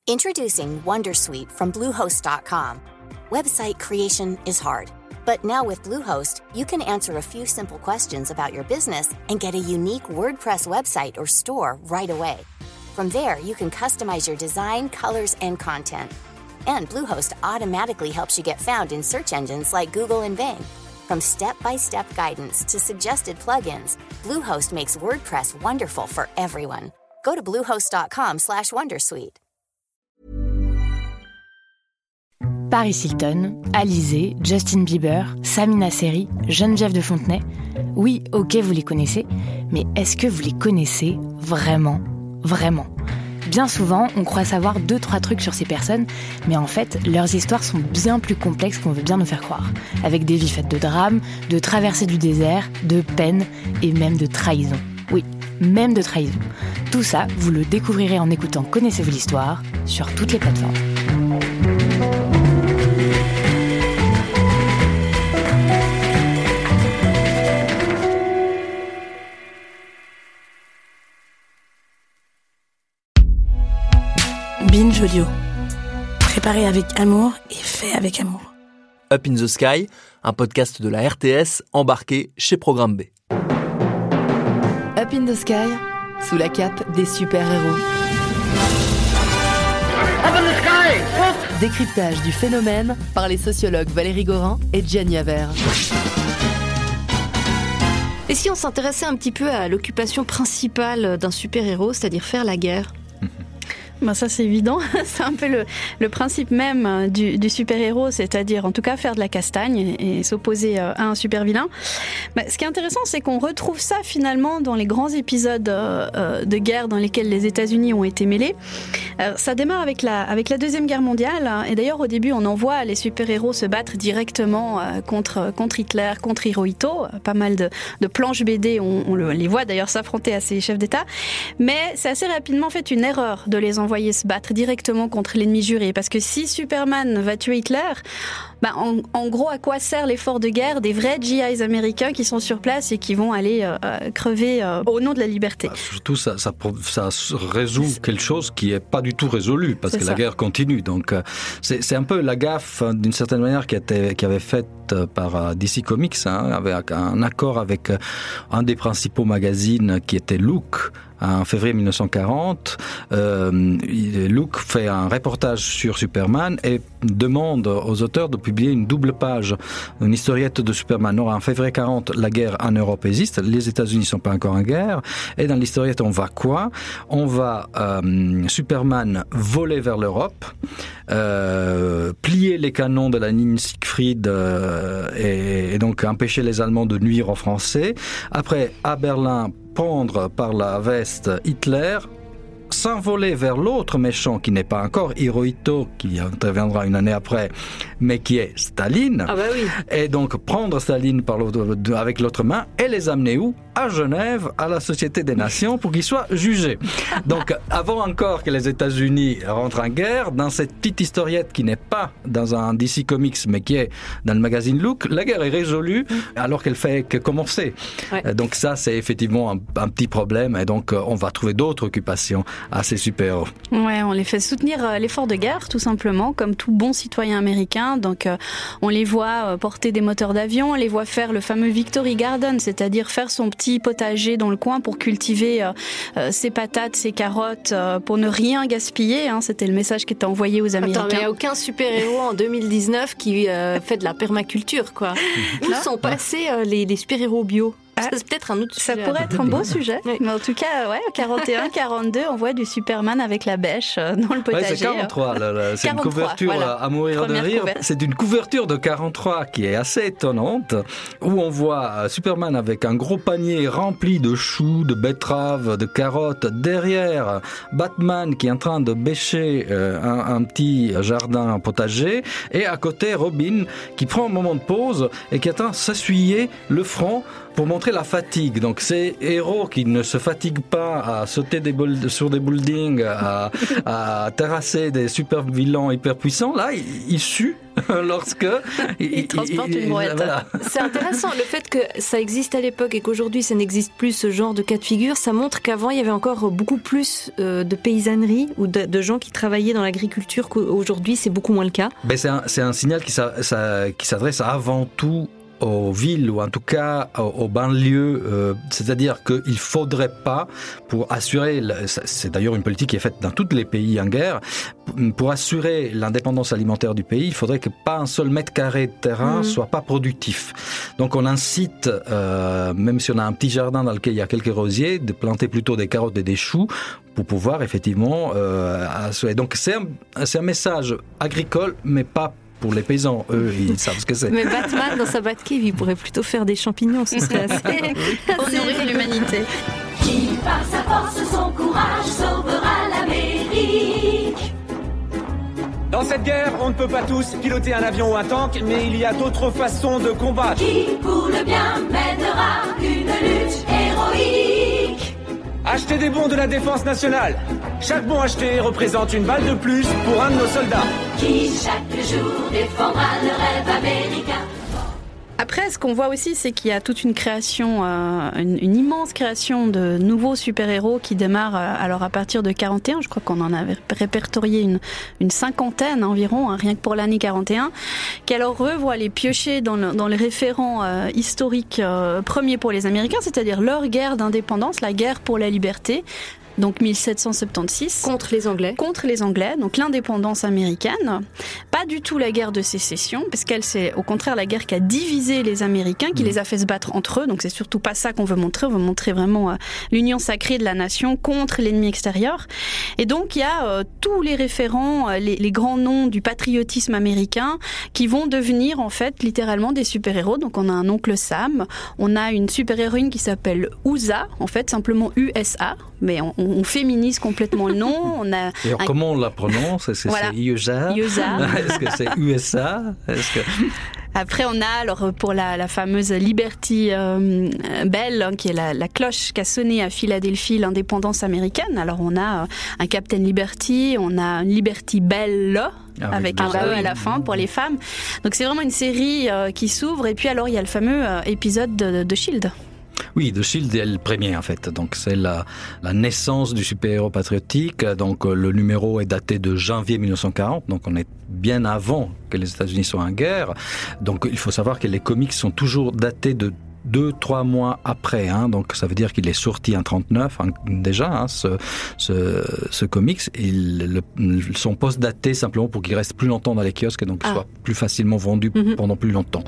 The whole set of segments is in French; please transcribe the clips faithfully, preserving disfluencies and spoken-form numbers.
Introducing Wondersuite from Bluehost dot com. Website creation is hard, but now with Bluehost, you can answer a few simple questions about your business and get a unique WordPress website or store right away. From there, you can customize your design, colors, and content. And Bluehost automatically helps you get found in search engines like Google and Bing. From step-by-step guidance to suggested plugins, Bluehost makes WordPress wonderful for everyone. Go to bluehost dot com slash wondersuite. Paris Hilton, Alizé, Justin Bieber, Samina Seri, Geneviève de Fontenay. Oui, ok, vous les connaissez, mais est-ce que vous les connaissez vraiment ? Vraiment ? Bien souvent, on croit savoir deux, trois trucs sur ces personnes, mais en fait, leurs histoires sont bien plus complexes qu'on veut bien nous faire croire. Avec des vies faites de drames, de traversées du désert, de peine et même de trahison. Oui, même de trahison. Tout ça, vous le découvrirez en écoutant Connaissez-vous l'histoire sur toutes les plateformes. Binge Audio. Préparé avec amour et fait avec amour. Up in the Sky, un podcast de la R T S embarqué chez Programme B. Up in the Sky, sous la cape des super-héros. Up in the Sky! Décryptage du phénomène par les sociologues Valérie Gorin et Gianni Havert. Et si on s'intéressait un petit peu à l'occupation principale d'un super-héros, c'est-à-dire faire la guerre ? Ben ça c'est évident, c'est un peu le, le principe même du, du super-héros, c'est-à-dire en tout cas faire de la castagne et, et s'opposer à un super-vilain. Ben, ce qui est intéressant, c'est qu'on retrouve ça finalement dans les grands épisodes euh, de guerre dans lesquels les États-Unis ont été mêlés. Alors, ça démarre avec la, avec la Deuxième Guerre mondiale, et d'ailleurs au début on en voit les super-héros se battre directement euh, contre, contre Hitler, contre Hirohito, pas mal de, de planches B D, on, on le, les voit d'ailleurs s'affronter à ces chefs d'État, mais c'est assez rapidement fait une erreur de les envoyer envoyer se battre directement contre l'ennemi juré. Parce que si Superman va tuer Hitler, bah en, en gros, à quoi sert l'effort de guerre des vrais G Is américains qui sont sur place et qui vont aller euh, crever euh, au nom de la liberté? Bah, surtout, ça, ça, ça résout quelque chose qui n'est pas du tout résolu, parce c'est que ça. La guerre continue. Donc, c'est, c'est un peu la gaffe, d'une certaine manière, qui, était, qui avait faite par D C Comics, hein, avec un accord avec un des principaux magazines qui était Look, en février dix-neuf cent quarante. Euh, Look fait un reportage sur Superman et demande aux auteurs de publier une double page, une historiette de Superman. Or, en février quarante, la guerre en Europe existe, les États-Unis ne sont pas encore en guerre, et dans l'historiette, on va quoi? On va euh, Superman voler vers l'Europe, euh, plier les canons de la ligne Siegfried euh, et, et donc empêcher les Allemands de nuire aux Français. Après, à Berlin, prendre par la veste Hitler, s'envoler vers l'autre méchant qui n'est pas encore Hirohito, qui interviendra une année après, mais qui est Staline. Ah bah oui. Et donc prendre Staline par l'autre, avec l'autre main et les amener où? À Genève, à la Société des Nations, pour qu'ils soient jugés. Donc, avant encore que les États-Unis rentrent en guerre, dans cette petite historiette qui n'est pas dans un D C Comics, mais qui est dans le magazine Look, la guerre est résolue alors qu'elle fait que commencer. Ouais. Donc ça, c'est effectivement un, un petit problème, et donc on va trouver d'autres occupations à ces super-héros. Ouais, on les fait soutenir l'effort de guerre, tout simplement, comme tout bon citoyen américain. Donc, euh, on les voit porter des moteurs d'avion, on les voit faire le fameux Victory Garden, c'est-à-dire faire son petit potager dans le coin pour cultiver euh, ses patates, ses carottes, euh, pour ne rien gaspiller. Hein. C'était le message qui était envoyé aux Américains. Attends, mais il n'y a aucun super-héros en deux mille dix-neuf qui euh, fait de la permaculture, quoi. Où sont passés euh, les, les super-héros bio? C'est peut-être un autre ça sujet. Ça pourrait être un beau sujet. Oui. Mais en tout cas, ouais, quarante et un quarante-deux, on voit du Superman avec la bêche dans le potager. Ouais, c'est quarante-trois. Là, là. C'est quarante-trois, une couverture voilà. à mourir Première de rire. Couverture. C'est une couverture de quarante-trois qui est assez étonnante, où on voit Superman avec un gros panier rempli de choux, de betteraves, de carottes. Derrière, Batman qui est en train de bêcher euh, un, un petit jardin un potager. Et à côté, Robin qui prend un moment de pause et qui est en train de s'essuyer le front pour montrer la fatigue. Donc ces héros qui ne se fatiguent pas à sauter des bol- sur des buildings, à, à terrasser des super vilains hyper puissants, là, ils, ils suent lorsque ils transportent une brouette. Voilà. C'est intéressant, le fait que ça existe à l'époque et qu'aujourd'hui ça n'existe plus, ce genre de cas de figure, ça montre qu'avant il y avait encore beaucoup plus euh, de paysannerie ou de, de gens qui travaillaient dans l'agriculture qu'aujourd'hui c'est beaucoup moins le cas. Ben c'est, un, c'est un signal qui, ça, ça, qui s'adresse avant tout aux villes ou en tout cas aux banlieues, euh, c'est-à-dire qu'il ne faudrait pas, pour assurer, c'est d'ailleurs une politique qui est faite dans tous les pays en guerre, pour assurer l'indépendance alimentaire du pays, il faudrait que pas un seul mètre carré de terrain mmh. soit pas productif. Donc on incite, euh, même si on a un petit jardin dans lequel il y a quelques rosiers, de planter plutôt des carottes et des choux pour pouvoir effectivement euh, assurer. Donc c'est un, c'est un message agricole, mais pas pour les paysans, eux, ils savent ce que c'est. Mais Batman, dans sa Batcave, il pourrait plutôt faire des champignons, ce serait assez... honorer l'humanité. Qui, par sa force, son courage, sauvera l'Amérique. Dans cette guerre, on ne peut pas tous piloter un avion ou un tank, mais il y a d'autres façons de combattre. Qui, pour le bien, mènera une lutte héroïque. Achetez des bons de la Défense nationale. Chaque bon acheté représente une balle de plus pour un de nos soldats. Qui chaque jour défendra le rêve américain. Après, ce qu'on voit aussi, c'est qu'il y a toute une création, euh, une, une immense création de nouveaux super-héros qui démarrent euh, alors à partir de quarante et un. Je crois qu'on en avait répertorié une, une cinquantaine environ, hein, rien que pour l'année quarante et un, qui alors revoient les piocher dans, le, dans les référents euh, historiques euh, premiers pour les Américains, c'est-à-dire leur guerre d'indépendance, la guerre pour la liberté. Donc mille sept cent soixante-seize. Contre les Anglais. Contre les Anglais, donc l'indépendance américaine. Pas du tout la guerre de sécession, parce qu'elle, c'est au contraire la guerre qui a divisé les Américains, qui mmh. les a fait se battre entre eux. Donc c'est surtout pas ça qu'on veut montrer. On veut montrer vraiment euh, l'union sacrée de la nation contre l'ennemi extérieur. Et donc il y a euh, tous les référents, euh, les, les grands noms du patriotisme américain qui vont devenir en fait littéralement des super-héros. Donc on a un oncle Sam, on a une super-héroïne qui s'appelle U S A, en fait simplement U S A, mais on, on féminise complètement le nom. On a et alors, un... comment on la prononce? Est-ce que voilà. c'est U S A? U S A. Est-ce que c'est U S A? Est-ce que... Après, on a alors pour la, la fameuse Liberty euh, Bell, hein, qui est la, la cloche qui a sonné à Philadelphie l'indépendance américaine. Alors on a euh, un Captain Liberty, on a un Liberty Bell ah, avec un E à la fin pour les femmes. Donc c'est vraiment une série euh, qui s'ouvre. Et puis alors il y a le fameux euh, épisode de, de Shield. Oui, The Shield est le premier en fait. Donc c'est la, la naissance du super-héros patriotique. Donc le numéro est daté de janvier mille neuf cent quarante. Donc on est bien avant que les États-Unis soient en guerre. Donc il faut savoir que les comics sont toujours datés de deux, trois mois après, hein, donc ça veut dire qu'il est sorti en trente-neuf hein, déjà, hein, ce, ce, ce comics. Il, le, son post-daté simplement pour qu'il reste plus longtemps dans les kiosques et donc ah. soit plus facilement vendu mm-hmm. pendant plus longtemps.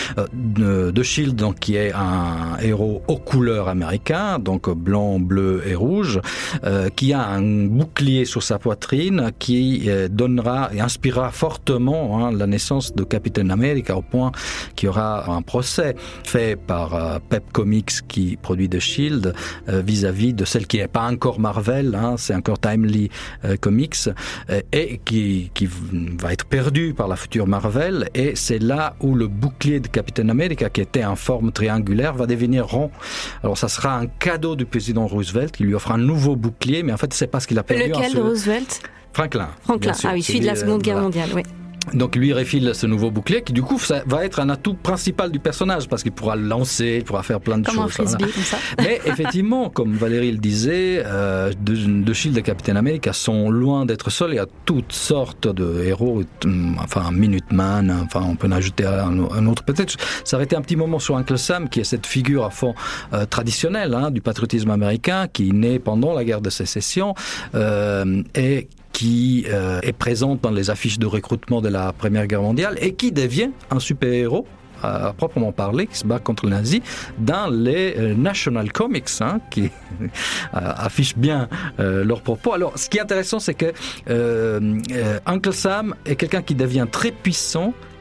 Euh, The Shield, donc qui est un héros aux couleurs américains, donc blanc, bleu et rouge, euh, qui a un bouclier sur sa poitrine qui euh, donnera et inspirera fortement hein, la naissance de Captain America au point qu'il y aura un procès fait par Pep Comics qui produit The Shield euh, vis-à-vis de celle qui n'est pas encore Marvel, hein, c'est encore Timely euh, Comics euh, et qui, qui va être perdue par la future Marvel, et c'est là où le bouclier de Captain America qui était en forme triangulaire va devenir rond. Alors ça sera un cadeau du président Roosevelt qui lui offre un nouveau bouclier, mais en fait c'est pas ce qu'il a perdu. Lequel ensuite. de Roosevelt? Franklin. Franklin, ah oui, celui de la Seconde euh, Guerre voilà. mondiale, oui. Donc lui refile ce nouveau bouclier qui du coup ça va être un atout principal du personnage parce qu'il pourra le lancer, il pourra faire plein de comme choses. Un frisbee, voilà. Comme ça. Mais effectivement, comme Valérie le disait, euh, The Shield et Captain America sont loin d'être seuls. Il y a toutes sortes de héros, enfin Minuteman, enfin on peut en ajouter un, un autre peut-être. S'arrêter un petit moment sur Uncle Sam qui est cette figure à fond euh, traditionnelle hein, du patriotisme américain qui naît pendant la guerre de sécession euh, et qui euh, est présente dans les affiches de recrutement de la Première Guerre mondiale et qui devient un super-héros à proprement parler, qui se bat contre les nazis dans les euh, National Comics, hein, qui euh, affichent bien euh, leurs propos. Alors, ce qui est intéressant, c'est que euh, euh, Uncle Sam est quelqu'un qui devient très puissant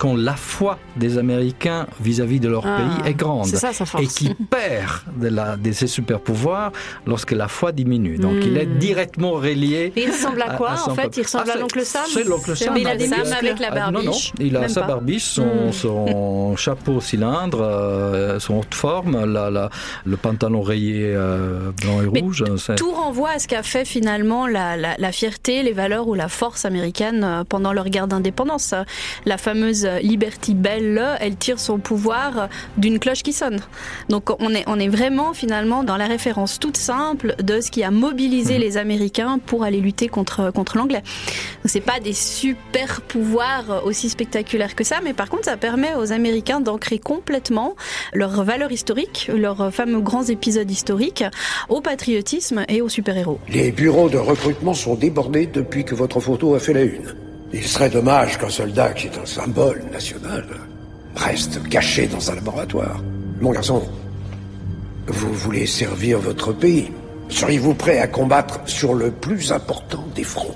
quand la foi des Américains vis-à-vis de leur ah, pays est grande. C'est ça, sa force. Et qui perd de, la, de ses super-pouvoirs lorsque la foi diminue. Donc mmh. il est directement relié. Et il ressemble à quoi, à, à en fait peuple. Il ressemble ah, à l'oncle Sam. C'est l'oncle Sam. Mais il a des muscles avec la barbiche. Ah, non, non, il a Même sa pas. barbiche, son, mmh. son chapeau cylindre, euh, son haute forme, la, la, le pantalon rayé euh, blanc et Mais rouge. C'est... Tout renvoie à ce qu'a fait finalement la, la, la fierté, les valeurs ou la force américaine pendant leur guerre d'indépendance. La fameuse Liberty Bell, elle tire son pouvoir d'une cloche qui sonne. Donc on est, on est vraiment finalement dans la référence toute simple de ce qui a mobilisé mmh. les Américains pour aller lutter contre, contre l'anglais. Donc c'est pas des super pouvoirs aussi spectaculaires que ça, mais par contre ça permet aux Américains d'ancrer complètement leurs valeurs historiques, leurs fameux grands épisodes historiques, au patriotisme et aux super-héros. Les bureaux de recrutement sont débordés depuis que votre photo a fait la une. Il serait dommage qu'un soldat qui est un symbole national reste caché dans un laboratoire. Mon garçon, vous voulez servir votre pays. Seriez-vous prêt à combattre sur le plus important des fronts?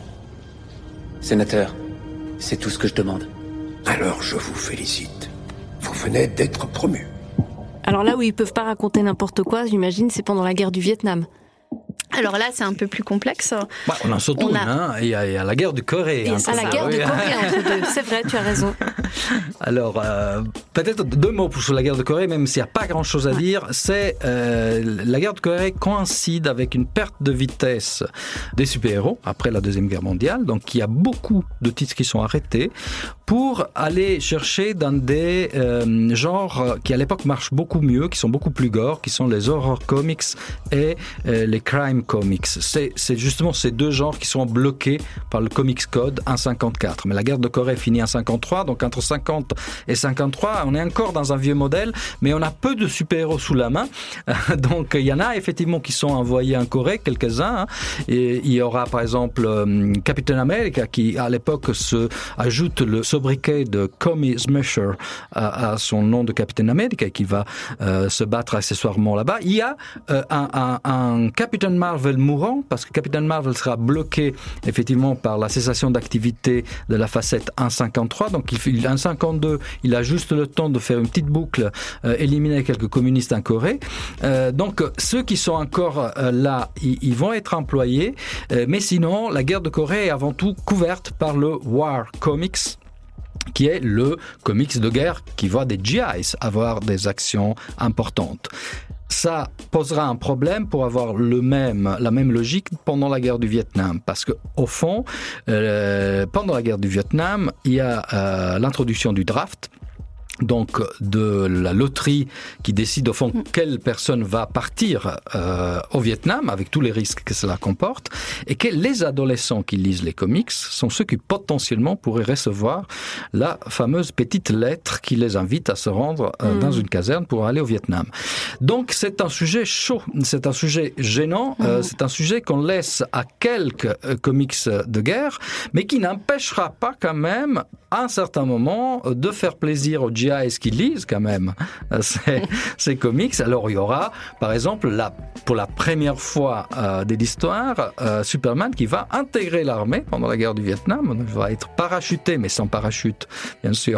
Sénateur, c'est tout ce que je demande. Alors je vous félicite. Vous venez d'être promu. Alors là où ils peuvent pas raconter n'importe quoi, j'imagine, c'est pendant la guerre du Vietnam. Alors là, c'est un peu plus complexe. Bah, on en saute on une, a... hein. Il y a, il y a la guerre du Corée. Il y a hein, la guerre oui. du Corée entre deux. C'est vrai, tu as raison. Alors, euh, peut-être deux mots sur la guerre de Corée, même s'il n'y a pas grand-chose à ouais. dire. C'est euh, la guerre de Corée coïncide avec une perte de vitesse des super-héros après la Deuxième Guerre mondiale. Donc, il y a beaucoup de titres qui sont arrêtés pour aller chercher dans des euh, genres qui, à l'époque, marchent beaucoup mieux, qui sont beaucoup plus gore, qui sont les horror comics et euh, les crime comics. C'est, c'est justement ces deux genres qui sont bloqués par le Comics Code en cinquante-quatre. Mais la guerre de Corée finit en cinquante-trois, donc entre cinquante et cinquante-trois, on est encore dans un vieux modèle, mais on a peu de super-héros sous la main. Donc il y en a effectivement qui sont envoyés en Corée, quelques-uns. Hein. Et il y aura par exemple euh, Captain America qui à l'époque se ajoute le sobriquet de Commie Smasher à, à son nom de Captain America qui va euh, se battre accessoirement là-bas. Il y a euh, un, un, un Captain Marvel mourant, parce que Captain Marvel sera bloqué effectivement par la cessation d'activité de la facette un cinquante-trois, donc il, en cinquante-deux, il a juste le temps de faire une petite boucle, euh, éliminer quelques communistes en Corée. Euh, donc ceux qui sont encore euh, là, ils, ils vont être employés, euh, mais sinon la guerre de Corée est avant tout couverte par le War Comics, qui est le comics de guerre qui voit des G Is avoir des actions importantes. Ça posera un problème pour avoir le même, la même logique pendant la guerre du Vietnam. Parce que, au fond, euh, pendant la guerre du Vietnam, il y a euh, l'introduction du draft. Donc de la loterie qui décide au fond quelle personne va partir euh, au Vietnam avec tous les risques que cela comporte, et que les adolescents qui lisent les comics sont ceux qui potentiellement pourraient recevoir la fameuse petite lettre qui les invite à se rendre euh, mmh. dans une caserne pour aller au Vietnam. Donc c'est un sujet chaud, c'est un sujet gênant, mmh. euh, c'est un sujet qu'on laisse à quelques euh, comics de guerre, mais qui n'empêchera pas quand même à un certain moment de faire plaisir aux G Is qui lisent quand même ces, ces comics. Alors il y aura par exemple la, pour la première fois euh, de l'histoire euh, Superman qui va intégrer l'armée pendant la guerre du Vietnam. Il va être parachuté mais sans parachute bien sûr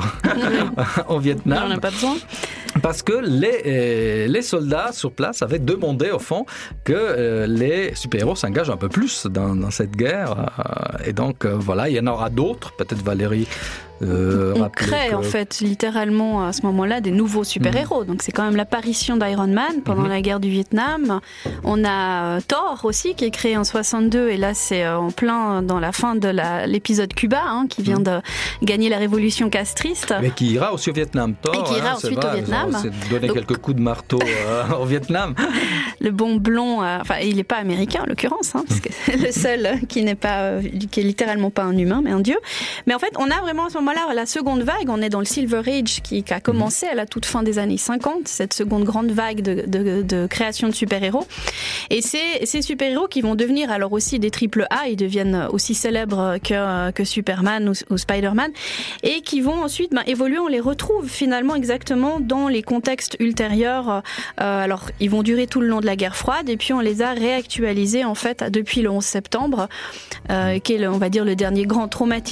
au Vietnam. On n'a pas besoin. Parce que les, euh, les soldats sur place avaient demandé au fond que euh, les super-héros s'engagent un peu plus dans, dans cette guerre. Euh, et donc euh, voilà, il y en aura d'autres. Peut-être Valérie Euh, on crée que... en fait littéralement à ce moment-là des nouveaux super-héros. Mmh. Donc c'est quand même l'apparition d'Iron Man pendant mmh. la guerre du Vietnam. On a Thor aussi qui est créé en soixante-deux et là c'est en plein dans la fin de la, l'épisode Cuba hein, qui vient mmh. de gagner la révolution castriste. Mais qui ira aussi au Vietnam. Thor, et qui ira hein, ensuite vrai, au Vietnam. C'est donner Donc... quelques coups de marteau euh, au Vietnam. Le bon blond, euh, enfin il n'est pas américain en l'occurrence, hein, parce que c'est le seul qui n'est pas, euh, qui est littéralement pas un humain mais un dieu. Mais en fait on a vraiment à ce moment là la seconde vague, on est dans le Silver Age qui, qui a commencé à la toute fin des années cinquante, cette seconde grande vague de, de, de création de super-héros. Et c'est ces super-héros qui vont devenir alors aussi des triple A, ils deviennent aussi célèbres que, que Superman ou, ou Spider-Man, et qui vont ensuite ben, évoluer, on les retrouve finalement exactement dans les contextes ultérieurs. Euh, alors, ils vont durer tout le long de la guerre froide, et puis on les a réactualisés en fait depuis le onze septembre, euh, qui est, le, on va dire, le dernier grand traumatisme vécu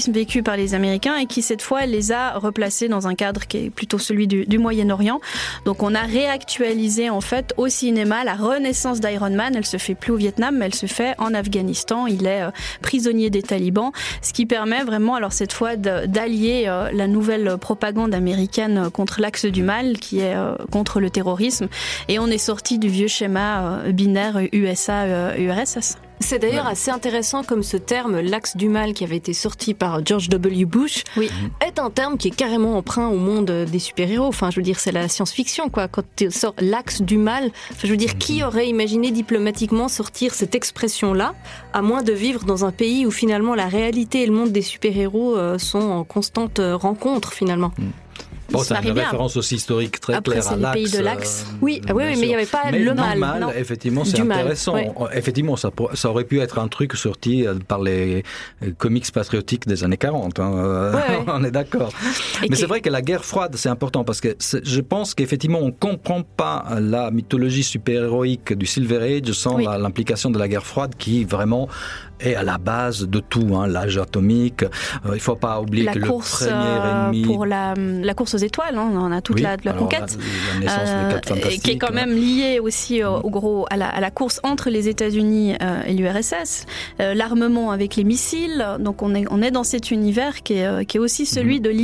par les Américains et qui cette fois les a replacés dans un cadre qui est plutôt celui du, du Moyen-Orient. Donc on a réactualisé en fait au cinéma la renaissance d'Iron Man. Elle se fait plus au Vietnam, mais elle se fait en Afghanistan. Il est euh, prisonnier des talibans, ce qui permet vraiment alors cette fois de, d'allier euh, la nouvelle propagande américaine contre l'axe du mal qui est euh, contre le terrorisme. Et on est sorti du vieux schéma euh, binaire U S A-U R S S. C'est d'ailleurs assez intéressant comme ce terme, l'axe du mal, qui avait été sorti par George W. Bush, oui. est un terme qui est carrément emprunt au monde des super-héros. Enfin, je veux dire, c'est la science-fiction, quoi. Quand tu sors l'axe du mal, enfin, je veux dire, qui aurait imaginé diplomatiquement sortir cette expression-là, à moins de vivre dans un pays où finalement la réalité et le monde des super-héros sont en constante rencontre, finalement. Mm. Bon, c'est une référence bien. Aussi historique très Après, claire à l'axe. Après, c'est les pays de l'axe. Euh, oui, oui, oui mais il n'y avait pas mais le non, mal. mal non. Effectivement, c'est du intéressant. Mal, ouais. Effectivement, ça, ça aurait pu être un truc sorti par les comics patriotiques des années quarante. Hein. Ouais, ouais. On est d'accord. Et mais c'est vrai que la guerre froide, c'est important parce que je pense qu'effectivement, on ne comprend pas la mythologie super-héroïque du Silver Age sans oui. la, l'implication de la guerre froide qui vraiment est à la base de tout, hein, l'âge atomique. Euh, il ne faut pas oublier la que course, le premier ennemi... pour la, la course aux étoiles, hein, on a toute oui, la, la conquête, la, la naissance euh, des quatre fantastiques, qui est quand même liée aussi au, au gros, à la, à la course entre les États-Unis euh, et l'U R S S, euh, l'armement avec les missiles. Donc on est, on est dans cet univers qui est, qui est aussi celui mm-hmm. de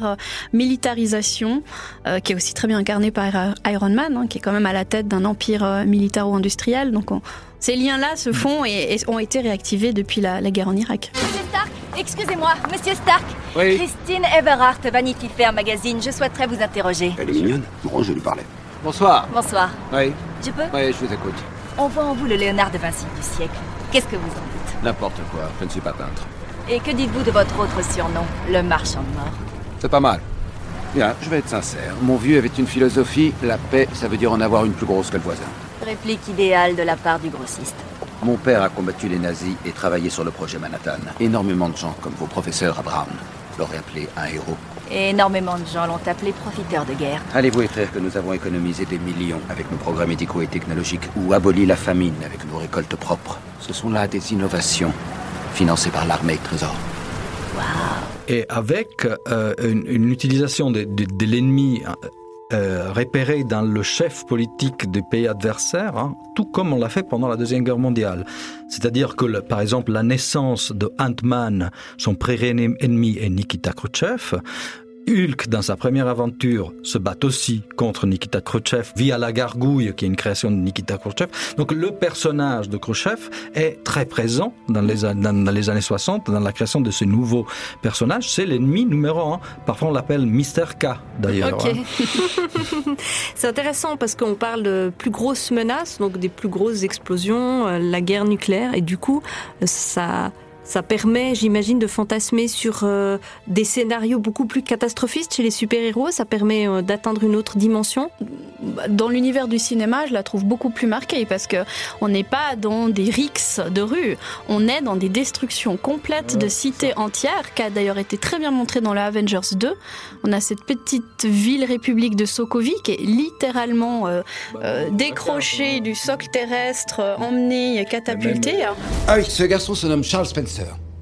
l'hyper-militarisation, euh, qui est aussi très bien incarné par euh, Iron Man, hein, qui est quand même à la tête d'un empire euh, militaro-industriel. Donc on, ces liens-là se font et, et ont été réactivés depuis la, la guerre en Irak. Monsieur Stark, excusez-moi, Monsieur Stark. Oui. Christine Everhart, Vanity Fair Magazine. Je souhaiterais vous interroger. Elle est mignonne. Bon, je lui parlais. Bonsoir. Bonsoir. Oui. Je peux? Oui, je vous écoute. On voit en vous le Léonard de Vinci du siècle. Qu'est-ce que vous en dites? N'importe quoi. Je ne suis pas peintre. Et que dites-vous de votre autre surnom, le marchand de mort? C'est pas mal. Bien, je vais être sincère. Mon vieux avait une philosophie. La paix, ça veut dire en avoir une plus grosse que le voisin. Réplique idéale de la part du grossiste. Mon père a combattu les nazis et travaillé sur le projet Manhattan. Énormément de gens, comme vos professeurs à Brown, l'auraient appelé un héros. Et énormément de gens l'ont appelé profiteur de guerre. Allez-vous écrire que nous avons économisé des millions avec nos progrès médicaux et technologiques ou aboli la famine avec nos récoltes propres? Ce sont là des innovations financées par l'armée et le trésor. Waouh! Et avec euh, une, une utilisation de, de, de l'ennemi... Euh, repéré dans le chef politique des pays adversaires, hein, tout comme on l'a fait pendant la Deuxième Guerre mondiale. C'est-à-dire que, le, par exemple, la naissance de Ant-Man, son pré-ennemi est Nikita Khrouchtchev. Hulk, dans sa première aventure, se bat aussi contre Nikita Khrouchtchev via la gargouille, qui est une création de Nikita Khrouchtchev. Donc le personnage de Khrouchtchev est très présent dans les, dans, dans les années soixante, dans la création de ce nouveau personnage. C'est l'ennemi numéro un. Parfois on l'appelle Mister K, d'ailleurs. Ok. Hein. C'est intéressant parce qu'on parle de plus grosses menaces, donc des plus grosses explosions, la guerre nucléaire, et du coup, ça... Ça permet, j'imagine, de fantasmer sur euh, des scénarios beaucoup plus catastrophistes chez les super-héros. Ça permet euh, d'atteindre une autre dimension. Dans l'univers du cinéma, je la trouve beaucoup plus marquée parce que on n'est pas dans des rixes de rue. On est dans des destructions complètes de cités entières, qui a d'ailleurs été très bien montré dans la Avengers deux. On a cette petite ville république de Sokovie qui est littéralement euh, euh, décrochée du socle terrestre, euh, emmenée, catapultée. Ah oui, ce garçon se nomme Charles Spencer.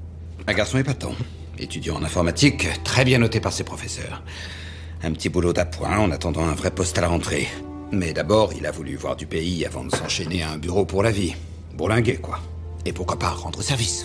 Un garçon épatant, étudiant en informatique, très bien noté par ses professeurs. Un petit boulot d'appoint en attendant un vrai poste à la rentrée. Mais d'abord, il a voulu voir du pays avant de s'enchaîner à un bureau pour la vie. Bourlinguer, quoi. Et pourquoi pas rendre service.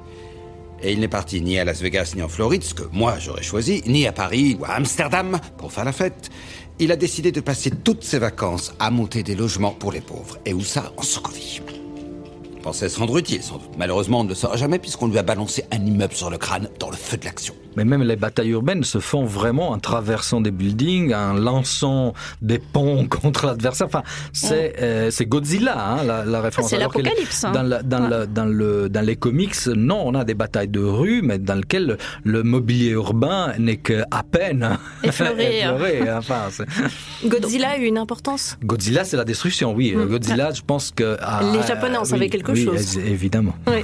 Et il n'est parti ni à Las Vegas ni en Floride, ce que moi j'aurais choisi, ni à Paris ou à Amsterdam pour faire la fête. Il a décidé de passer toutes ses vacances à monter des logements pour les pauvres. Et où ça? En Sokovie. Il pensait se rendre utile, sans doute. Malheureusement, on ne le saura jamais puisqu'on lui a balancé un immeuble sur le crâne dans le feu de l'action. Mais même les batailles urbaines se font vraiment en traversant des buildings, en lançant des ponts contre l'adversaire. Enfin, c'est, oh. euh, c'est Godzilla, hein, la, la référence. C'est Alors l'apocalypse. Hein. Dans, la, dans, ouais. la, dans, le, dans les comics, non, on a des batailles de rue, mais dans lesquelles le mobilier urbain n'est qu'à peine effleuré. effleuré. Enfin, c'est... Godzilla a eu une importance. Godzilla, c'est la destruction, oui. Mmh. Godzilla, je pense que... Ah, les Japonais en savaient oui, quelque oui, chose. Évidemment. Oui.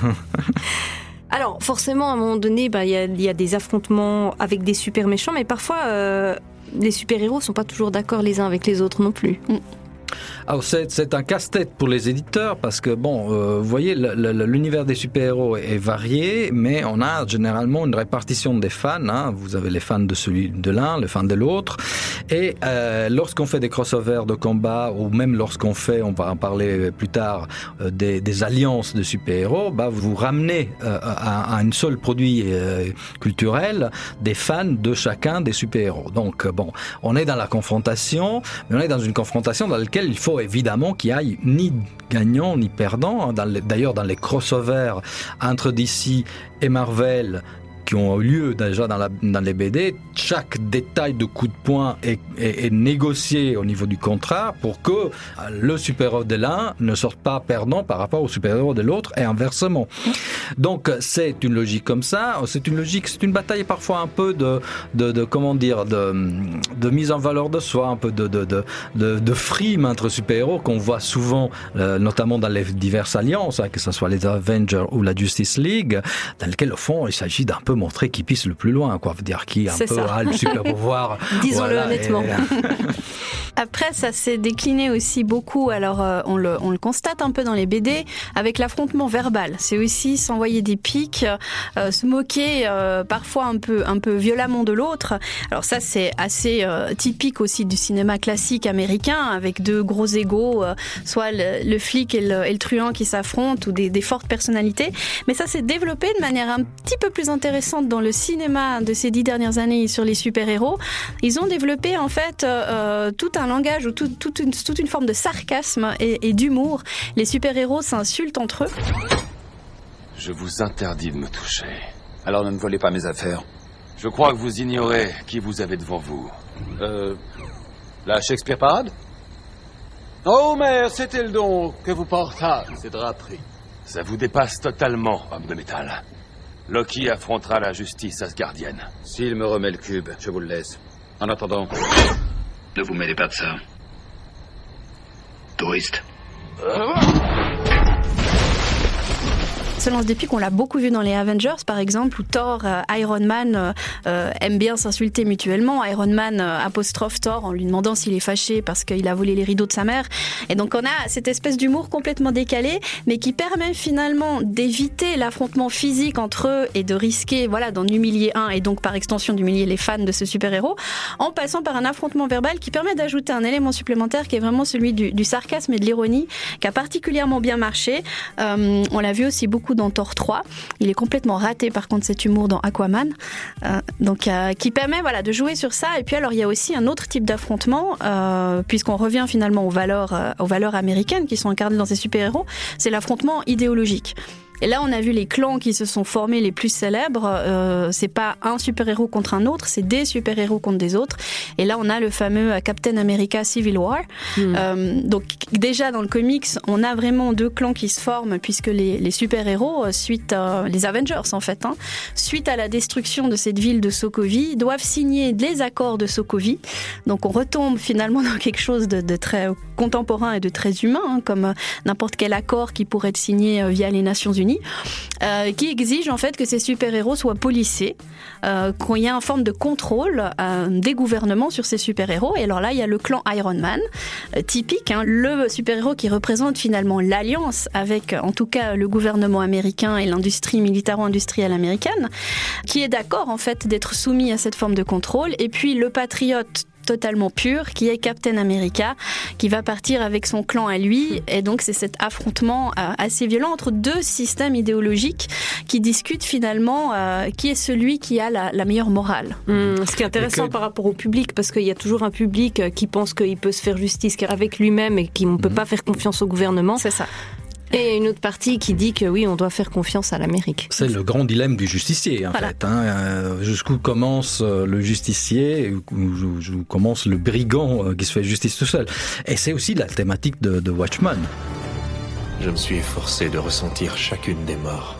Alors, forcément, à un moment donné, bah, y a, y a des affrontements avec des super méchants, mais parfois, euh, les super-héros sont pas toujours d'accord les uns avec les autres non plus. Mm. Alors c'est, c'est un casse-tête pour les éditeurs parce que bon, euh, vous voyez, le, le, l'univers des super-héros est varié, mais on a généralement une répartition des fans. Hein. Vous avez les fans de celui de l'un, les fans de l'autre, et euh, lorsqu'on fait des crossovers de combat ou même lorsqu'on fait, on va en parler plus tard, euh, des, des alliances de super-héros, bah vous ramenez euh, à, à un seul produit euh, culturel des fans de chacun des super-héros. Donc bon, on est dans la confrontation, mais on est dans une confrontation dans laquelle il faut évidemment qu'il y ait ni gagnant ni perdant. Dans les, d'ailleurs, dans les crossovers entre D C et Marvel qui ont eu lieu déjà dans, la, dans les B D, chaque détail de coup de poing est, est, est négocié au niveau du contrat pour que le super-héros de l'un ne sorte pas perdant par rapport au super-héros de l'autre et inversement. Donc c'est une logique comme ça, c'est une logique, c'est une bataille parfois un peu de, de, de comment dire, de, de mise en valeur de soi, un peu de, de, de, de, de frime entre super-héros qu'on voit souvent, euh, notamment dans les diverses alliances, hein, que ce soit les Avengers ou la Justice League, dans lesquelles au fond il s'agit d'un peu montrer qui pisse le plus loin, quoi. Veut dire qui un c'est peu ça. A le super pouvoir. Disons-le voilà, honnêtement. Et... Après, ça s'est décliné aussi beaucoup. Alors, euh, on, le, on le constate un peu dans les B D avec l'affrontement verbal. C'est aussi s'envoyer des pics, euh, se moquer euh, parfois un peu, un peu violemment de l'autre. Alors ça, c'est assez euh, typique aussi du cinéma classique américain, avec deux gros égos, euh, soit le, le flic et le, et le truand qui s'affrontent, ou des, des fortes personnalités. Mais ça s'est développé de manière un petit peu plus intéressante dans le cinéma de ces dix dernières années sur les super-héros. Ils ont développé en fait euh, tout un langage ou tout, toute, une, toute une forme de sarcasme et, et d'humour. Les super-héros s'insultent entre eux. Je vous interdis de me toucher. Alors ne me volez pas mes affaires. Je crois que vous ignorez qui vous avez devant vous. Euh... La Shakespeare Parade ? Oh, mère, c'était le don que vous portâtes, ces draperies. Ça vous dépasse totalement, homme de métal. Loki affrontera la justice asgardienne. S'il me remet le cube, je vous le laisse. En attendant, ne vous mêlez pas de ça. Touriste. Se lance des pics, on l'a beaucoup vu dans les Avengers par exemple, où Thor, euh, Iron Man euh, aiment bien s'insulter mutuellement. Iron Man euh, apostrophe Thor en lui demandant s'il est fâché parce qu'il a volé les rideaux de sa mère. Et donc on a cette espèce d'humour complètement décalé, mais qui permet finalement d'éviter l'affrontement physique entre eux et de risquer, voilà, d'en humilier un et donc par extension d'humilier les fans de ce super-héros, en passant par un affrontement verbal qui permet d'ajouter un élément supplémentaire qui est vraiment celui du, du sarcasme et de l'ironie, qui a particulièrement bien marché. Euh, on l'a vu aussi beaucoup dans Thor trois. Il est complètement raté par contre cet humour dans Aquaman, euh, donc euh, qui permet voilà de jouer sur ça. Et puis alors il y a aussi un autre type d'affrontement, euh, puisqu'on revient finalement aux valeurs euh, aux valeurs américaines qui sont incarnées dans ces super-héros, c'est l'affrontement idéologique. Et là, on a vu les clans qui se sont formés les plus célèbres. Euh, c'est pas un super-héros contre un autre, c'est des super-héros contre des autres. Et là, on a le fameux Captain America Civil War. Mmh. Euh, donc déjà dans le comics, on a vraiment deux clans qui se forment puisque les, les super-héros, suite à, les Avengers en fait, hein, suite à la destruction de cette ville de Sokovie, doivent signer les accords de Sokovie. Donc on retombe finalement dans quelque chose de, de très contemporain et de très humain, hein, comme n'importe quel accord qui pourrait être signé via les Nations Unies. Euh, qui exige en fait que ces super-héros soient policés, euh, qu'il y ait une forme de contrôle euh, des gouvernements sur ces super-héros. Et alors là, il y a le clan Iron Man, euh, typique, hein, le super-héros qui représente finalement l'alliance avec, en tout cas, le gouvernement américain et l'industrie militaro-industrielle américaine, qui est d'accord en fait d'être soumis à cette forme de contrôle. Et puis le patriote totalement pur, qui est Captain America, qui va partir avec son clan à lui. Et donc, c'est cet affrontement euh, assez violent entre deux systèmes idéologiques qui discutent finalement euh, qui est celui qui a la, la meilleure morale. Mmh, ce qui est intéressant que... par rapport au public, parce qu'il y a toujours un public qui pense qu'il peut se faire justice avec lui-même et qu'on ne peut mmh. pas faire confiance au gouvernement. C'est ça. Et une autre partie qui dit que oui, on doit faire confiance à l'Amérique. C'est le grand dilemme du justicier, en voilà. fait. Hein. Euh, jusqu'où commence le justicier, où commence le brigand qui se fait justice tout seul. Et c'est aussi la thématique de, de Watchmen. Je me suis forcé de ressentir chacune des morts.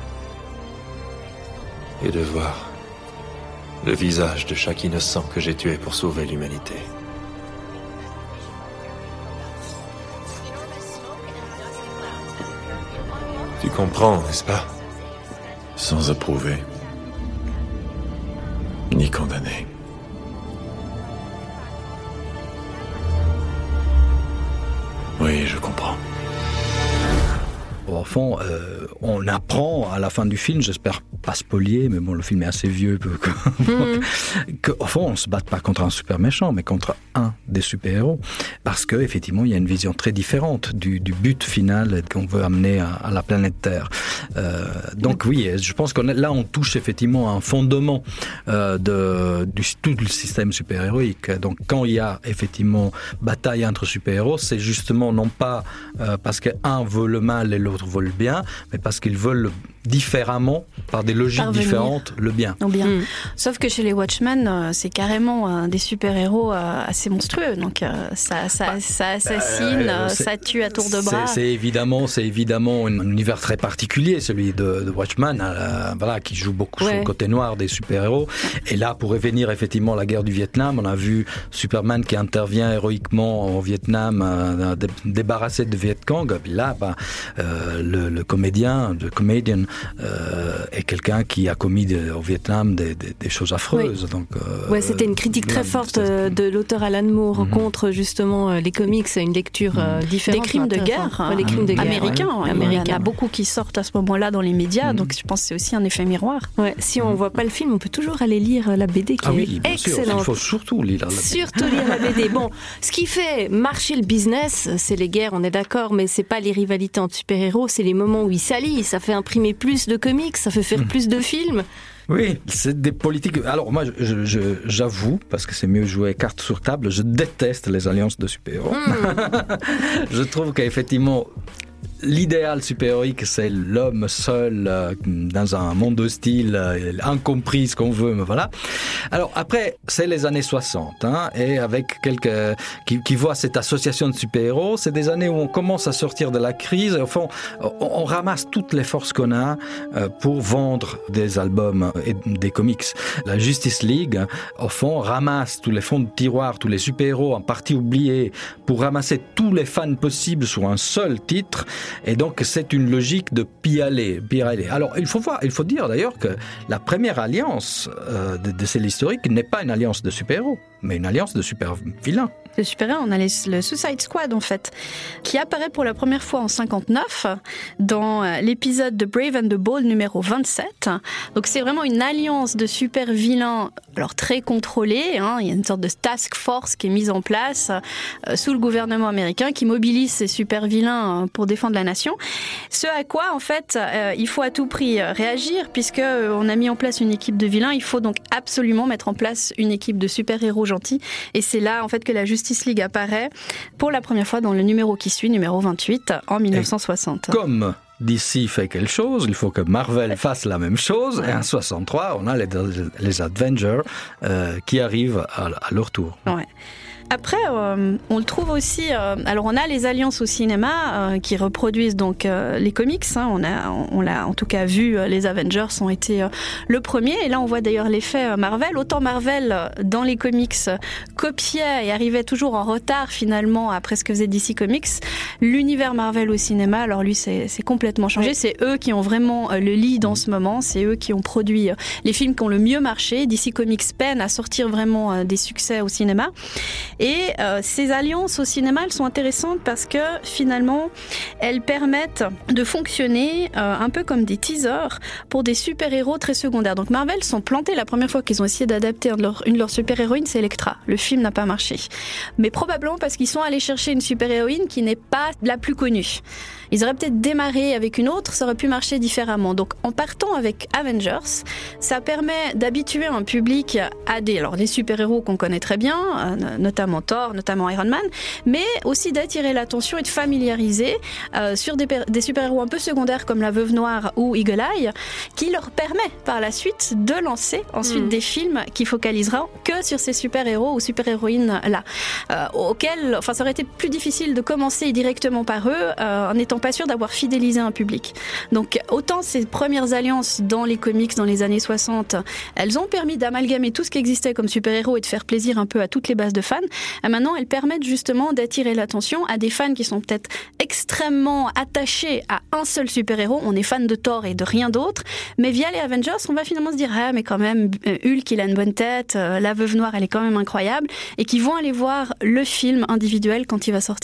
Et de voir le visage de chaque innocent que j'ai tué pour sauver l'humanité. Tu comprends, n'est-ce pas? Sans approuver, ni condamner. fond, euh, on apprend à la fin du film, j'espère pas spolier, mais bon, le film est assez vieux, mmh. qu'au fond, on se bat pas contre un super méchant, mais contre un des super-héros. Parce que, effectivement, il y a une vision très différente du, du but final qu'on veut amener à, à la planète Terre. Euh, donc oui, je pense que là, on touche effectivement à un fondement euh, de, du tout le système super-héroïque. Donc quand il y a effectivement bataille entre super-héros, c'est justement non pas euh, parce qu'un veut le mal et l'autre veut le bien, mais parce qu'ils veulent différemment, par des logiques Parvenir. différentes, le bien. Non, bien. Mmh. Sauf que chez les Watchmen, euh, c'est carrément euh, des super-héros euh, assez monstrueux. Donc euh, ça, ça, bah, ça assassine, euh, ça tue à tour de bras. C'est, c'est évidemment, c'est évidemment un univers très particulier, celui de, de Watchmen, euh, voilà, qui joue beaucoup ouais. sur le côté noir des super-héros. Et là, pour revenir effectivement à la guerre du Vietnam, on a vu Superman qui intervient héroïquement au Vietnam, euh, débarrassé de Viet Cong. Et puis là, bah, euh, le, le comédien, le comédien, Euh, est quelqu'un qui a commis de, au Vietnam des, des, des choses affreuses. Oui. Donc, euh, ouais, c'était une critique très forte euh, de l'auteur Alan Moore mm-hmm. contre justement euh, les comics, une lecture euh, différente. Des crimes de guerre, ouais, les crimes de guerre américains. Ouais. Ouais. Il y en a beaucoup qui sortent à ce moment-là dans les médias, mm-hmm. donc je pense que c'est aussi un effet miroir. Ouais, si on ne voit pas le film, on peut toujours aller lire la B D qui ah est oui, excellente. Il faut surtout lire la B D. Surtout lire la B D. Bon, ce qui fait marcher le business, c'est les guerres, on est d'accord, mais c'est pas les rivalités entre super-héros, c'est les moments où ils s'allient, ça fait imprimer plus de comics, ça fait faire mmh. plus de films. Oui, c'est des politiques. Alors moi, je, je, j'avoue, parce que c'est mieux jouer carte sur table, je déteste les alliances de super-héros. Mmh. Je trouve qu'effectivement, l'idéal super-héroïque, c'est l'homme seul euh, dans un monde hostile, euh, incompris, ce qu'on veut, mais voilà. Alors après, c'est les années soixante, hein, et avec quelques qui, qui voient cette association de super-héros, c'est des années où on commence à sortir de la crise. Et au fond, on, on ramasse toutes les forces qu'on a euh, pour vendre des albums et des comics. La Justice League, au fond, ramasse tous les fonds de tiroir, tous les super-héros en partie oubliés, pour ramasser tous les fans possibles sur un seul titre. Et donc, c'est une logique de piraler, piraler. Alors, il faut voir, il faut dire d'ailleurs que la première alliance euh, de, de celle historique n'est pas une alliance de super-héros, mais une alliance de super-vilains. De super-héros, on a les, le Suicide Squad, en fait, qui apparaît pour la première fois en cinquante-neuf dans l'épisode de Brave and the Bold numéro vingt-sept. Donc, c'est vraiment une alliance de super-vilains, alors très contrôlée, hein. Il y a une sorte de task force qui est mise en place euh, sous le gouvernement américain qui mobilise ces super-vilains euh, pour défendre la nation. Ce à quoi, en fait, euh, il faut à tout prix réagir, puisque euh, on a mis en place une équipe de vilains. Il faut donc absolument mettre en place une équipe de super-héros gentils. Et c'est là, en fait, que la Justice League apparaît pour la première fois dans le numéro qui suit, numéro vingt-huit, en dix-neuf cent soixante. Et comme D C fait quelque chose, il faut que Marvel fasse la même chose. Et en soixante-trois, on a les, les Avengers euh, qui arrivent à, à leur tour. Ouais. Après, euh, on le trouve aussi. Euh, alors, on a les alliances au cinéma euh, qui reproduisent donc euh, les comics. Hein, on a, on l'a en tout cas vu. Euh, les Avengers ont été euh, le premier. Et là, on voit d'ailleurs l'effet euh, Marvel. Autant Marvel euh, dans les comics euh, copiait et arrivait toujours en retard finalement après ce que faisait D C Comics. L'univers Marvel au cinéma, alors lui, c'est, c'est complètement changé. Oui. C'est eux qui ont vraiment euh, le lead en ce moment. C'est eux qui ont produit euh, les films qui ont le mieux marché. D C Comics peine à sortir vraiment euh, des succès au cinéma. Et euh, ces alliances au cinéma, elles sont intéressantes parce que finalement, elles permettent de fonctionner euh, un peu comme des teasers pour des super-héros très secondaires. Donc Marvel sont plantés la première fois qu'ils ont essayé d'adapter une de leurs leur super-héroïnes, c'est Elektra. Le film n'a pas marché. Mais probablement parce qu'ils sont allés chercher une super-héroïne qui n'est pas la plus connue. Ils auraient peut-être démarré avec une autre, ça aurait pu marcher différemment. Donc en partant avec Avengers, ça permet d'habituer un public à des, alors, des super-héros qu'on connaît très bien, euh, notamment Thor, notamment Iron Man, mais aussi d'attirer l'attention et de familiariser euh, sur des, des super-héros un peu secondaires comme la Veuve Noire ou Eagle Eye, qui leur permet par la suite de lancer ensuite mmh. des films qui focaliseront que sur ces super-héros ou super-héroïnes-là, euh, auxquels, enfin, ça aurait été plus difficile de commencer directement par eux euh, en étant pas sûr d'avoir fidélisé un public. Donc autant ces premières alliances dans les comics dans les années soixante, elles ont permis d'amalgamer tout ce qui existait comme super-héros et de faire plaisir un peu à toutes les bases de fans. Et maintenant, elles permettent justement d'attirer l'attention à des fans qui sont peut-être extrêmement attachés à un seul super-héros. On est fan de Thor et de rien d'autre. Mais via les Avengers, on va finalement se dire ah mais quand même Hulk il a une bonne tête, la Veuve Noire elle est quand même incroyable, et qui vont aller voir le film individuel quand il va sortir.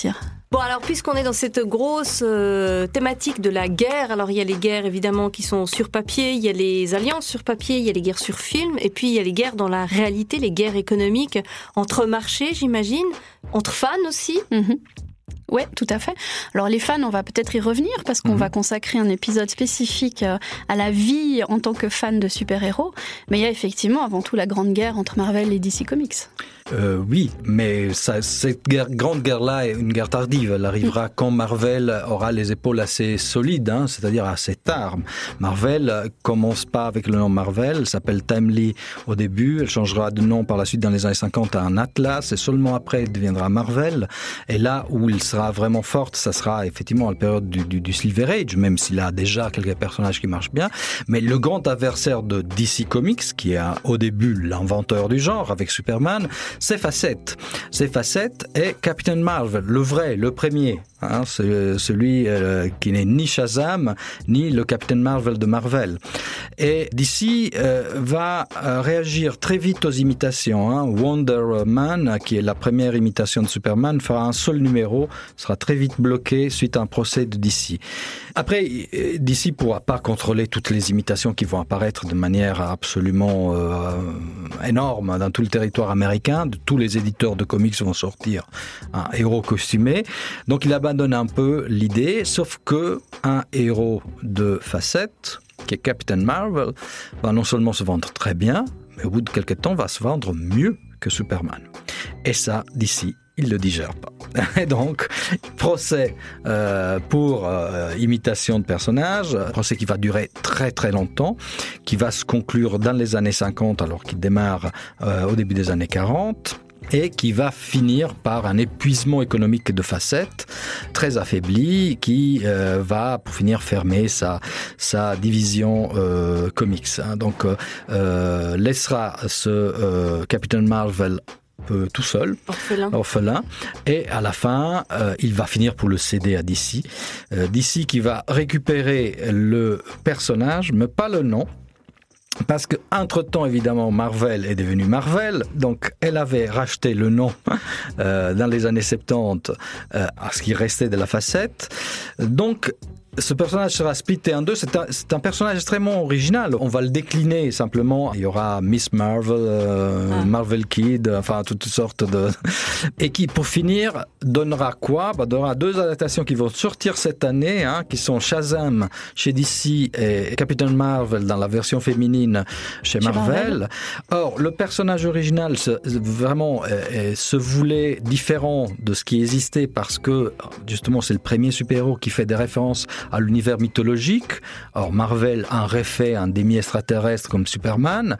Bon, alors, puisqu'on est dans cette grosse euh, thématique de la guerre, alors il y a les guerres, évidemment, qui sont sur papier, il y a les alliances sur papier, il y a les guerres sur film, et puis il y a les guerres dans la réalité, les guerres économiques, entre marchés, j'imagine, entre fans aussi. Mm-hmm. Ouais, tout à fait. Alors les fans, on va peut-être y revenir parce qu'on mmh. va consacrer un épisode spécifique à la vie en tant que fan de super-héros. Mais il y a effectivement avant tout la grande guerre entre Marvel et D C Comics. Euh, oui, mais ça, cette guerre, grande guerre-là est une guerre tardive. Elle arrivera mmh. quand Marvel aura les épaules assez solides, hein, c'est-à-dire assez tard. Marvel commence pas avec le nom Marvel, elle s'appelle Timely au début, elle changera de nom par la suite dans les années cinquante à un Atlas, et seulement après elle deviendra Marvel. Et là où il sera vraiment forte, ça sera effectivement à la période du, du, du Silver Age, même s'il a déjà quelques personnages qui marchent bien. Mais le grand adversaire de D C Comics, qui est au début l'inventeur du genre avec Superman, c'est Facette. C'est Facette et Captain Marvel, le vrai, le premier. Hein, c'est celui euh, qui n'est ni Shazam, ni le Captain Marvel de Marvel. Et D C euh, va euh, réagir très vite aux imitations. Hein. Wonder Man, qui est la première imitation de Superman, fera un seul numéro, sera très vite bloqué suite à un procès de D C. Après, D C ne pourra pas contrôler toutes les imitations qui vont apparaître de manière absolument euh, énorme dans tout le territoire américain. De tous les éditeurs de comics vont sortir un héros costumé. Donc il abandonne un peu l'idée, sauf que un héros de Facette, qui est Captain Marvel, va non seulement se vendre très bien, mais au bout de quelques temps va se vendre mieux que Superman. Et ça, D C, il ne le digère pas. Et donc, procès euh, pour euh, imitation de personnages, procès qui va durer très très longtemps, qui va se conclure dans les années cinquante, alors qu'il démarre euh, au début des années quarante, et qui va finir par un épuisement économique de Facette, très affaibli, qui euh, va pour finir fermer sa, sa division euh, comics. Hein. Donc, euh, laissera ce euh, Captain Marvel Euh, tout seul, orphelin. orphelin, et à la fin, euh, il va finir pour le céder à D C. Euh, D C qui va récupérer le personnage, mais pas le nom, parce que entre-temps, évidemment, Marvel est devenu Marvel, donc elle avait racheté le nom euh, dans les années soixante-dix euh, à ce qui restait de la Facette. Donc, ce personnage sera splitté en deux. C'est un, c'est un personnage extrêmement original. On va le décliner simplement. Il y aura Miss Marvel, euh, ah. Marvel Kid, enfin toutes sortes de... Et qui, pour finir, donnera quoi ? Bah, donnera deux adaptations qui vont sortir cette année, hein, qui sont Shazam chez D C et Captain Marvel dans la version féminine chez, chez Marvel. Marvel. Or, le personnage original se, vraiment euh, se voulait différent de ce qui existait parce que, justement, c'est le premier super-héros qui fait des références à l'univers mythologique. Or, Marvel en refait un demi-extraterrestre comme Superman.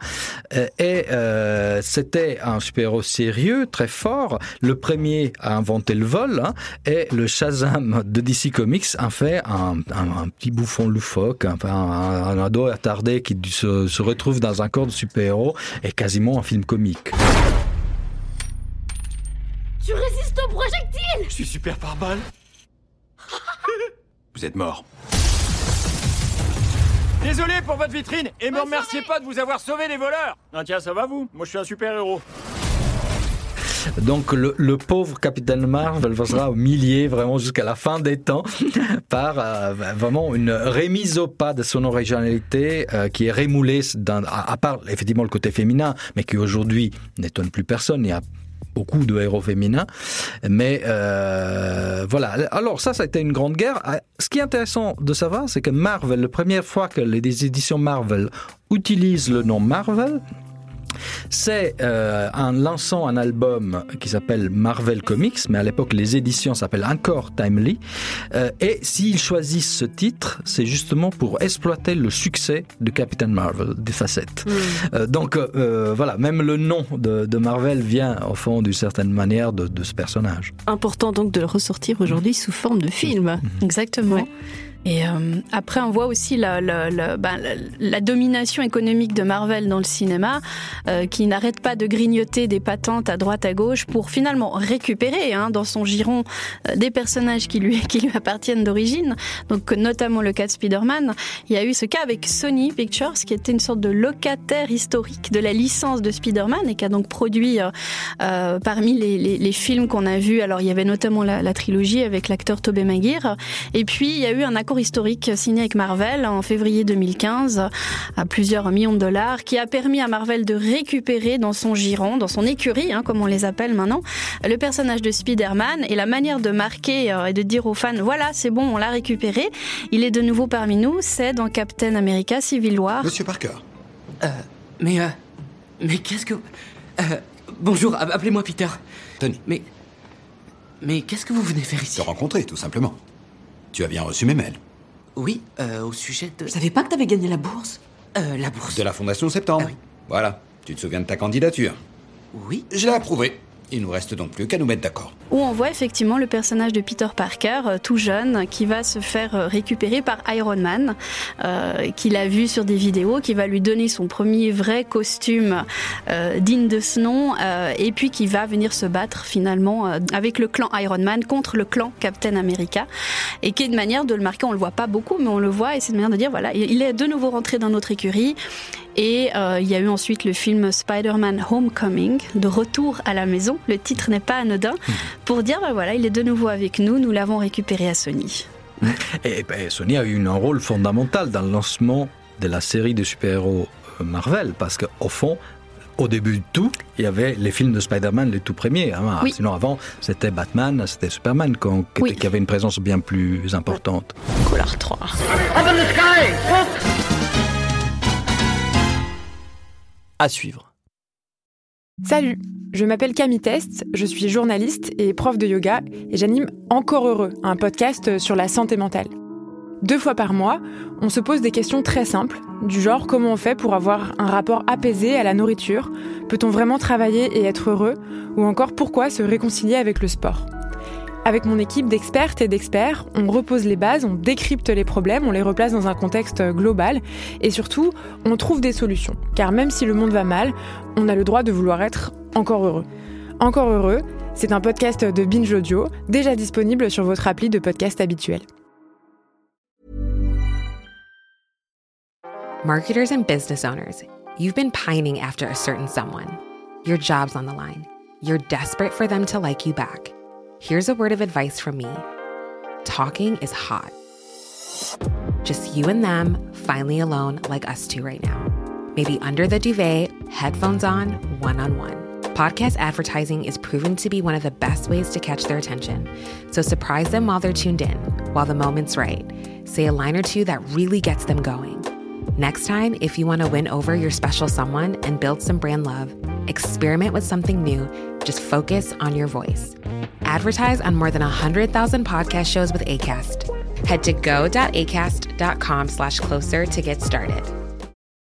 Et euh, c'était un super-héros sérieux, très fort. Le premier a inventé le vol. Hein, et le Shazam de D C Comics en fait un, un, un petit bouffon loufoque, un, un, un ado attardé qui se, se retrouve dans un corps de super-héros et quasiment un film comique. Tu résistes aux projectiles! Je suis super par balle. Vous êtes mort. Désolé pour votre vitrine et me remerciez pas de vous avoir sauvé les voleurs. Ah tiens, ça va vous? Moi je suis un super-héros. Donc le, le pauvre Captain Marvel sera humilié vraiment jusqu'à la fin des temps par euh, vraiment une remise au pas de son originalité euh, qui est rémoulée, dans, à, à part effectivement le côté féminin, mais qui aujourd'hui n'étonne plus personne. Il y a beaucoup de héros féminins, mais euh, voilà. Alors ça, ça a été une grande guerre. Ce qui est intéressant de savoir, c'est que Marvel, la première fois que les éditions Marvel utilisent le nom Marvel, c'est euh, en lançant un album qui s'appelle Marvel Comics, mais à l'époque les éditions s'appellent encore Timely, euh, et s'ils choisissent ce titre, c'est justement pour exploiter le succès de Captain Marvel, des facettes. Mmh. Euh, donc euh, voilà, même le nom de, de Marvel vient au fond d'une certaine manière de, de ce personnage. Important donc de le ressortir aujourd'hui sous forme de film. Mmh. Exactement. Ouais. Et euh, après, on voit aussi la, la, la, ben, la, la domination économique de Marvel dans le cinéma, euh, qui n'arrête pas de grignoter des patentes à droite à gauche pour finalement récupérer hein, dans son giron euh, des personnages qui lui, qui lui appartiennent d'origine. Donc notamment le cas de Spider-Man. Il y a eu ce cas avec Sony Pictures, qui était une sorte de locataire historique de la licence de Spider-Man et qui a donc produit euh, euh, parmi les, les, les films qu'on a vus. Alors il y avait notamment la, la trilogie avec l'acteur Tobey Maguire. Et puis il y a eu un accord historique signé avec Marvel en février deux mille quinze à plusieurs millions de dollars qui a permis à Marvel de récupérer dans son giron, dans son écurie, hein, comme on les appelle maintenant, le personnage de Spider-Man et la manière de marquer euh, et de dire aux fans voilà, c'est bon, on l'a récupéré. Il est de nouveau parmi nous, c'est dans Captain America Civil War. Monsieur Parker. Euh, mais euh, mais qu'est-ce que euh, bonjour, appelez-moi Peter. Tony. Mais mais qu'est-ce que vous venez faire ici? Te rencontrer, tout simplement. Tu as bien reçu mes mails. Oui, euh, au sujet de... Je savais pas que t'avais gagné la bourse. Euh, la bourse. De la Fondation Septembre. Ah oui. Voilà. Tu te souviens de ta candidature? Oui. Je l'ai approuvée. Il nous reste donc plus qu'à nous mettre d'accord. Où on voit effectivement le personnage de Peter Parker, euh, tout jeune, qui va se faire euh, récupérer par Iron Man, euh, qu'il a vu sur des vidéos, qui va lui donner son premier vrai costume euh, digne de ce nom, euh, et puis qui va venir se battre finalement euh, avec le clan Iron Man contre le clan Captain America, et qui est une manière de le marquer. On le voit pas beaucoup, mais on le voit, et c'est une manière de dire voilà, il est de nouveau rentré dans notre écurie. Et euh, il y a eu ensuite le film Spider-Man Homecoming, de retour à la maison. Le titre n'est pas anodin, pour dire, ben voilà, il est de nouveau avec nous, nous l'avons récupéré à Sony. Et ben, Sony a eu un rôle fondamental dans le lancement de la série de super-héros Marvel, parce qu'au fond, au début de tout, il y avait les films de Spider-Man, les tout premiers. Hein. Oui. Sinon, avant, c'était Batman, c'était Superman qui, oui. qui avait une présence bien plus importante. Collard trois. À suivre. Salut, je m'appelle Camille Test, je suis journaliste et prof de yoga et j'anime Encore Heureux, un podcast sur la santé mentale. Deux fois par mois, on se pose des questions très simples, du genre comment on fait pour avoir un rapport apaisé à la nourriture, peut-on vraiment travailler et être heureux, ou encore pourquoi se réconcilier avec le sport. Avec mon équipe d'expertes et d'experts, on repose les bases, on décrypte les problèmes, on les replace dans un contexte global et surtout, on trouve des solutions. Car même si le monde va mal, on a le droit de vouloir être encore heureux. Encore Heureux, c'est un podcast de Binge Audio, déjà disponible sur votre appli de podcast habituel. Marketers and business owners, you've been pining after a certain someone. Your job's on the line. You're desperate for them to like you back. Here's a word of advice from me. Talking is hot. Just you and them, finally alone, like us two right now. Maybe under the duvet, headphones on, one-on-one. Podcast advertising is proven to be one of the best ways to catch their attention. So surprise them while they're tuned in, while the moment's right. Say a line or two that really gets them going. Next time, if you want to win over your special someone and build some brand love, experiment with something new. Just focus on your voice. Advertise on more than one hundred thousand podcast shows with Acast. Head to go.acast.com slash closer to get started.